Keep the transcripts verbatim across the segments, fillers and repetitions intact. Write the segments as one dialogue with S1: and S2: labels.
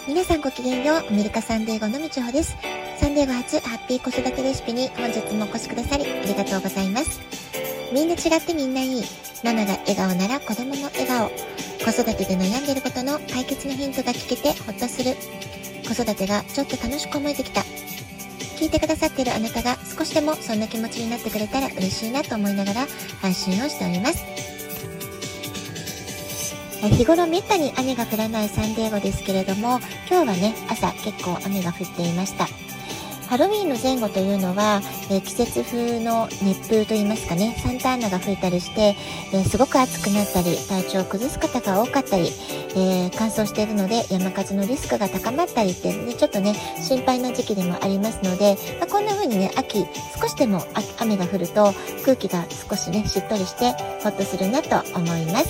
S1: 皆さんごきげんよう。アメリカサンデーゴのみちほです。サンデーゴ初ハッピー子育てレシピに本日もお越しくださりありがとうございます。みんな違ってみんないい。ママが笑顔なら子供も笑顔。子育てで悩んでいることの解決のヒントが聞けてほっとする。子育てがちょっと楽しく思えてきた。聞いてくださっているあなたが少しでもそんな気持ちになってくれたら嬉しいなと思いながら配信をしております。日頃めったに雨が降らないサンデーゴですけれども、今日はね、朝結構雨が降っていました。ハロウィーンの前後というのは、えー、季節風の熱風といいますかね、サンターナが吹いたりして、えー、すごく暑くなったり、体調を崩す方が多かったり、えー、乾燥しているので山火事のリスクが高まったりって、ね、ちょっとね、心配な時期でもありますので、まあ、こんな風にね、秋、少しでも雨が降ると空気が少しね、しっとりしてほっとするなと思います。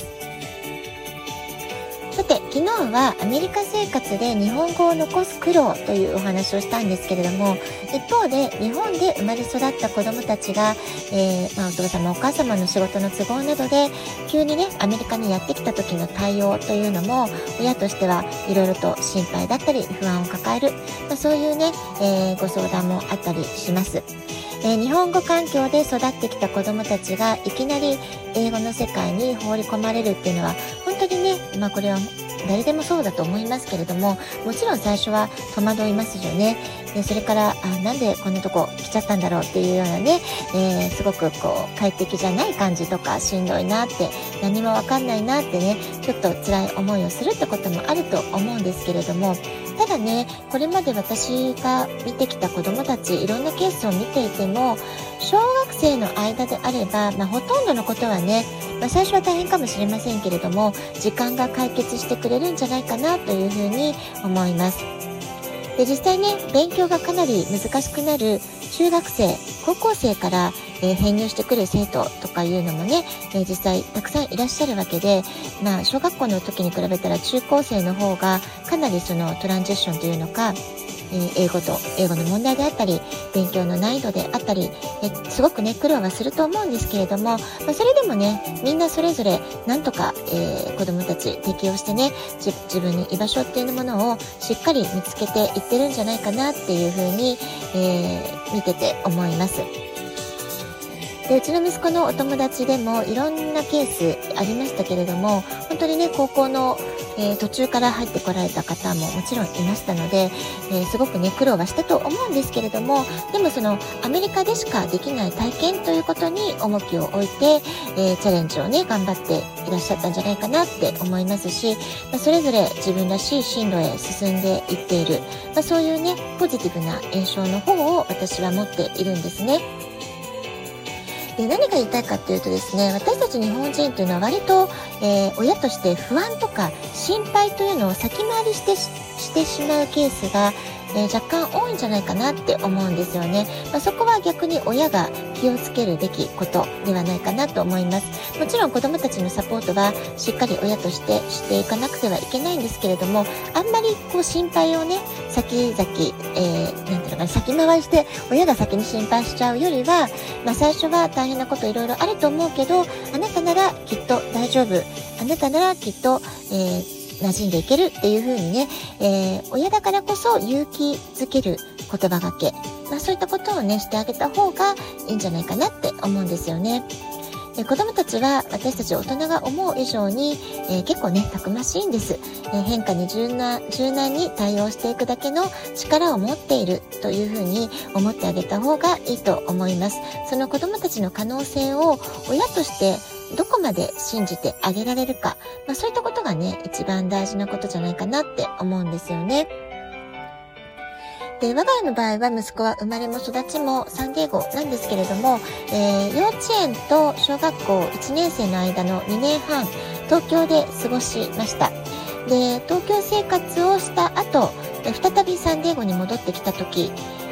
S1: さて、昨日はアメリカ生活で日本語を残す苦労というお話をしたんですけれども、一方で日本で生まれ育った子どもたちが、えーまあ、お父様お母様の仕事の都合などで急にねアメリカにやってきた時の対応というのも親としてはいろいろと心配だったり不安を抱える、まあ、そういうね、えー、ご相談もあったりします。えー、日本語環境で育ってきた子どもたちがいきなり英語の世界に放り込まれるっていうのは本当にね、まあこれは誰でもそうだと思いますけれども、もちろん最初は戸惑いますよね。でそれからあなんでこんなとこ来ちゃったんだろうっていうようなね、えー、すごくこう快適じゃない感じとかしんどいなって何もわかんないなってね、ちょっと辛い思いをするってこともあると思うんですけれども、ただね、これまで私が見てきた子どもたちいろんなケースを見ていても、小学生の間であれば、まあ、ほとんどのことはね、まあ、最初は大変かもしれませんけれども時間が解決してくれるんじゃないかなというふうに思います。で実際ね、勉強がかなり難しくなる中学生高校生から、えー、編入してくる生徒とかいうのもね、えー、実際たくさんいらっしゃるわけで、まあ、小学校の時に比べたら中高生の方がかなりそのトランジッションというのか、えー、英語と英語の問題であったり勉強の難易度であったり、えー、すごくね苦労はすると思うんですけれども、まあ、それでもねみんなそれぞれなんとか、えー、子どもたち適応してね自分の居場所っていうものをしっかり見つけていってるんじゃないかなっていうふうに、えー、見てて思います。でうちの息子のお友達でもいろんなケースありましたけれども、本当にね高校の、えー、途中から入ってこられた方ももちろんいましたので、えー、すごくね苦労はしたと思うんですけれども、でもそのアメリカでしかできない体験ということに重きを置いて、えー、チャレンジをね頑張っていらっしゃったんじゃないかなって思いますし、まあ、それぞれ自分らしい進路へ進んでいっている、まあ、そういうねポジティブな印象の方を私は持っているんですね。で何が言いたいかっていうとですね、私たち日本人というのは割と、えー、親として不安とか心配というのを先回りしてし、してしまうケースが、えー、若干多いんじゃないかなって思うんですよね。まあ、そこは逆に親が気をつけるべきことではないかなと思います。もちろん子どもたちのサポートはしっかり親としてしていかなくてはいけないんですけれども、あんまりこう心配をね先々、えー、なんていうのかな先回りして親が先に心配しちゃうよりは、まあ、最初は大変なこといろいろあると思うけど、あなたならきっと大丈夫、あなたならきっと、えー馴染んでいけるっていう風にね、えー、親だからこそ勇気づける言葉がけ、まあ、そういったことをねしてあげた方がいいんじゃないかなって思うんですよね。え子どもたちは私たち大人が思う以上に、えー、結構ねたくましいんです、えー、変化に柔軟、柔軟に対応していくだけの力を持っているというふうに思ってあげた方がいいと思います。その子どもたちの可能性を親としてどこまで信じてあげられるか、まあ、そういったことがね一番大事なことじゃないかなって思うんですよね。で我が家の場合は息子は生まれも育ちもサンディエゴなんですけれども、えー、幼稚園と小学校いちねん生の間のにねんはん東京で過ごしました。で東京生活をした後再びサンディエゴに戻ってきた時、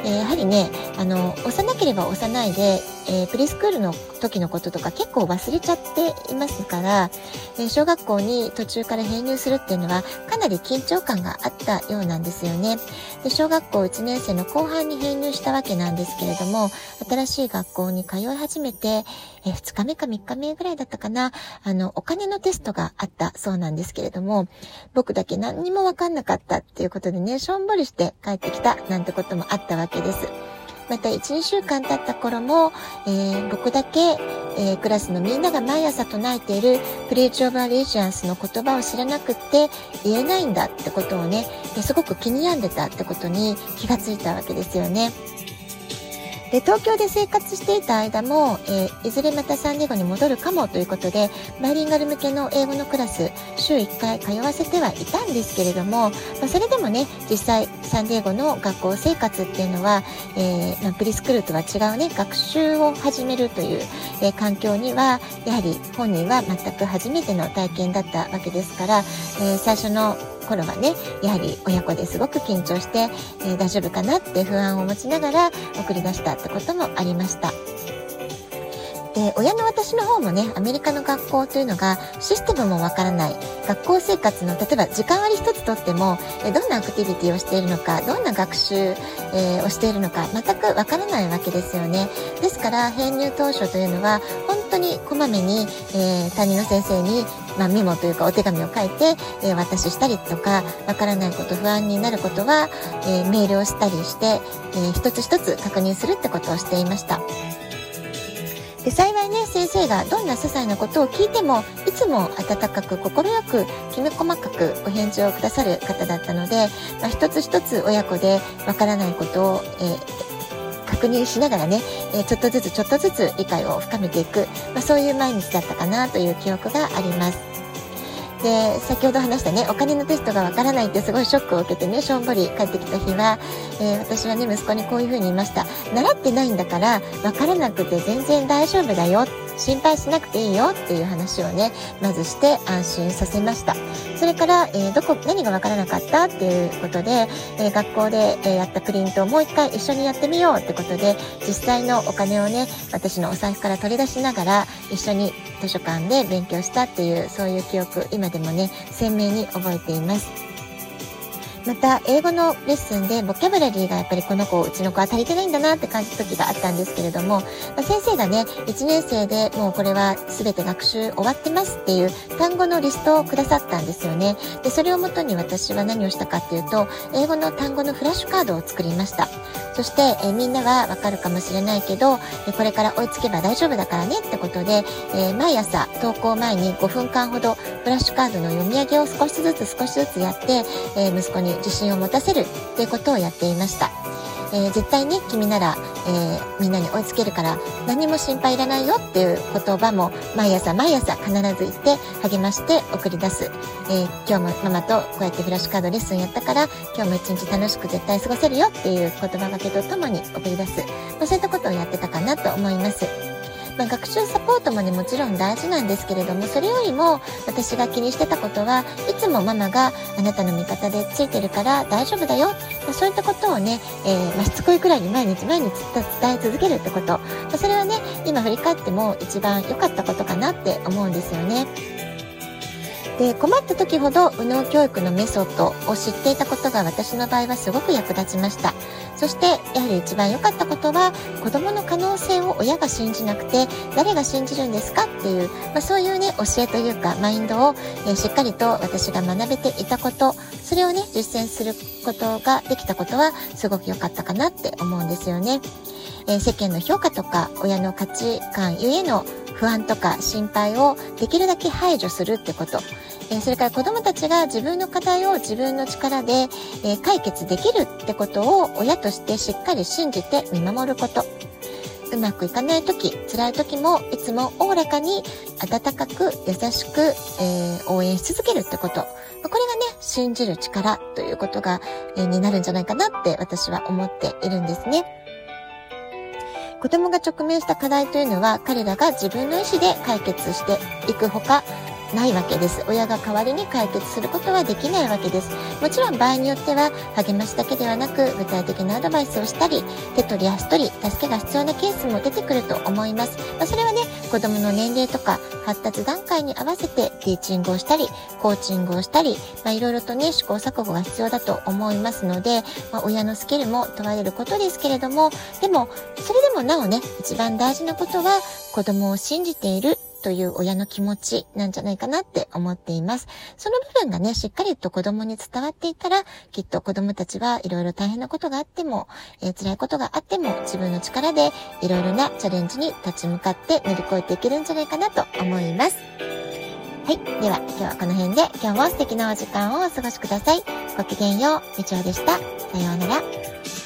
S1: えー、やはりね、あの、幼ければ幼いで、えー、プリスクールの時のこととか結構忘れちゃっていますから、えー、小学校に途中から編入するっていうのはかなり緊張感があったようなんですよね。で、小学校いちねん生の後半に編入したわけなんですけれども、新しい学校に通い始めて、えー、ふつかめかみっかめぐらいだったかな、あの、お金のテストがあったそうなんですけれども、僕だけ何にもわかんなかったっていうことでね、しょんぼりして帰ってきたなんてこともあったわけです。またいち、にしゅうかん経った頃も、えー、僕だけ、えー、クラスのみんなが毎朝唱えているプレイチオブアレジアンスの言葉を知らなくって言えないんだってことをね、えー、すごく気に病んでたってことに気がついたわけですよね。で、東京で生活していた間も、えー、いずれまたサンディエゴに戻るかもということで、バイリンガル向けの英語のクラス、週いっかい通わせてはいたんですけれども、まあ、それでもね、実際サンディエゴの学校生活っていうのは、えーまあ、プリスクールとは違うね、学習を始めるという、えー、環境には、やはり本人は全く初めての体験だったわけですから、えー、最初の頃はね、やはり親子ですごく緊張して、えー、大丈夫かなって不安を持ちながら送り出したってこともありました。で、親の私の方もね、アメリカの学校というのがシステムもわからない、学校生活の例えば時間割一つとっても、えどんなアクティビティをしているのか、どんな学習、えー、をしているのか全くわからないわけですよね。ですから編入当初というのは本当にこまめに、えー、担任の先生にまあ、メモというかお手紙を書いて、えー、渡ししたりとか、わからないこと、不安になることは、えー、メールをしたりして、えー、一つ一つ確認するってことをしていました。で、幸いね、先生がどんな些細なことを聞いてもいつも温かく心よくきめ細かくお返事をくださる方だったので、まあ、一つ一つ親子でわからないことを、えー確認しながらね、えー、ちょっとずつちょっとずつ理解を深めていく、まあ、そういう毎日だったかなという記憶があります。で、先ほど話したね、お金のテストがわからないってすごいショックを受けてね、しょんぼり帰ってきた日は、えー、私はね、息子にこういうふうに言いました。習ってないんだからわからなくて全然大丈夫だよ、心配しなくていいよっていう話をね、まずして安心させました。それから、えー、どこ何がわからなかったっていうことで、えー、学校で、えー、やったプリントをもう一回一緒にやってみようってことで、実際のお金をね、私のお財布から取り出しながら一緒に図書館で勉強したっていう、そういう記憶、今でもね、鮮明に覚えています。また英語のレッスンでボキャブラリーがやっぱりこの子うちの子は足りてないんだなって感じた時があったんですけれども、まあ、先生がねいちねん生でもうこれは全て学習終わってますっていう単語のリストをくださったんですよね。でそれをもとに私は何をしたかっていうと、英語の単語のフラッシュカードを作りました。そして、えー、みんなはわかるかもしれないけど、えー、これから追いつけば大丈夫だからねってことで、えー、毎朝登校前にごふんかんほどフラッシュカードの読み上げを少しずつ少しずつやって、えー、息子に自信を持たせるっていうことをやっていました。えー、絶対に君なら、えー、みんなに追いつけるから何も心配いらないよっていう言葉も毎朝毎朝必ず言って励まして送り出す。えー、今日もママとこうやってフラッシュカードレッスンやったから今日も一日楽しく絶対過ごせるよっていう言葉がけとともに送り出す、まあ、そういったことをやってたかなと思います。まあ、学習サポートもねもちろん大事なんですけれども、それよりも私が気にしてたことはいつもママがあなたの味方でついてるから大丈夫だよ、まあ、そういったことをね、えーまあ、しつこいくらいに毎日毎日伝え続けるってこと、まあ、それはね今振り返っても一番良かったことかなって思うんですよね。で困った時ほど右脳教育のメソッドを知っていたことが私の場合はすごく役立ちました。そしてやはり一番良かったことは子どもの可能性を親が信じなくて誰が信じるんですかっていう、まあ、そういうね教えというかマインドを、えー、しっかりと私が学べていたこと、それをね実践することができたことはすごく良かったかなって思うんですよね。えー、世間の評価とか親の価値観ゆえの不安とか心配をできるだけ排除するってこと、えー、それから子どもたちが自分の課題を自分の力で、えー、解決できるってことを親としてしっかり信じて見守ること、うまくいかない時辛い時もいつもおおらかに温かく優しく、えー、応援し続けるってこと、これがね信じる力ということが、えー、になるんじゃないかなって私は思っているんですね。子供が直面した課題というのは彼らが自分の意思で解決していくほかないわけです。親が代わりに解決することはできないわけです。もちろん場合によっては励ましだけではなく具体的なアドバイスをしたり、手取り足取り助けが必要なケースも出てくると思います。まあ、それはね、子供の年齢とか発達段階に合わせてティーチングをしたりコーチングをしたり、まあ、いろいろとね試行錯誤が必要だと思いますので、まあ、親のスキルも問われることですけれども、でもそれでもなおね、一番大事なことは子供を信じているという親の気持ちなんじゃないかなって思っています。その部分がね、しっかりと子供に伝わっていたら、きっと子供たちはいろいろ大変なことがあっても、えー、辛いことがあっても、自分の力でいろいろなチャレンジに立ち向かって乗り越えていけるんじゃないかなと思います。はい。では、今日はこの辺で、今日も素敵なお時間をお過ごしください。ごきげんよう。みちおでした。さようなら。